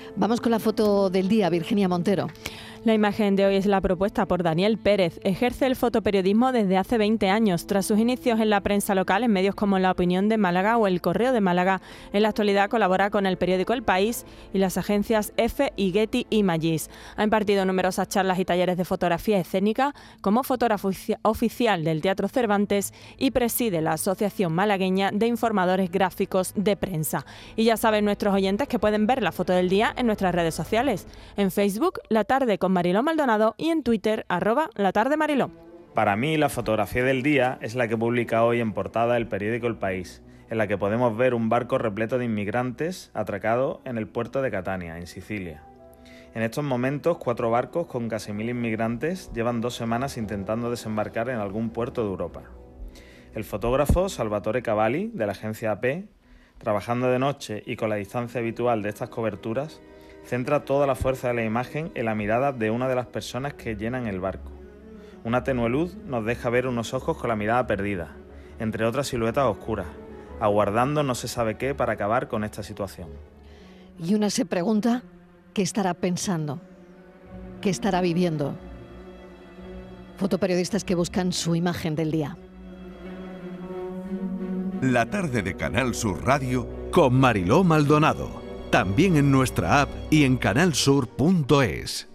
Vamos con la foto del día, Virginia Montero. La imagen de hoy es la propuesta por Daniel Pérez. Ejerce el fotoperiodismo desde hace 20 años. Tras sus inicios en la prensa local, en medios como La Opinión de Málaga o El Correo de Málaga, en la actualidad colabora con el periódico El País y las agencias EFE y Getty Images. Ha impartido numerosas charlas y talleres de fotografía escénica como fotógrafo oficial del Teatro Cervantes y preside la Asociación Malagueña de Informadores Gráficos de Prensa. Y ya saben nuestros oyentes que pueden ver la foto del día en nuestras redes sociales. En Facebook, La Tarde con Mariló Maldonado, y en Twitter, @LaTardeMariló. Para mí, la fotografía del día es la que publica hoy en portada el periódico El País, en la que podemos ver un barco repleto de inmigrantes atracado en el puerto de Catania, en Sicilia. En estos momentos, 4 barcos con casi 1000 inmigrantes llevan 2 semanas intentando desembarcar en algún puerto de Europa. El fotógrafo Salvatore Cavalli, de la agencia AP, trabajando de noche y con la distancia habitual de estas coberturas, centra toda la fuerza de la imagen en la mirada de una de las personas que llenan el barco. Una tenue luz nos deja ver unos ojos con la mirada perdida, entre otras siluetas oscuras, aguardando no se sabe qué para acabar con esta situación. Y una se pregunta, ¿qué estará pensando? ¿Qué estará viviendo? Fotoperiodistas que buscan su imagen del día. La tarde de Canal Sur Radio con Mariló Maldonado. También en nuestra app y en canalsur.es.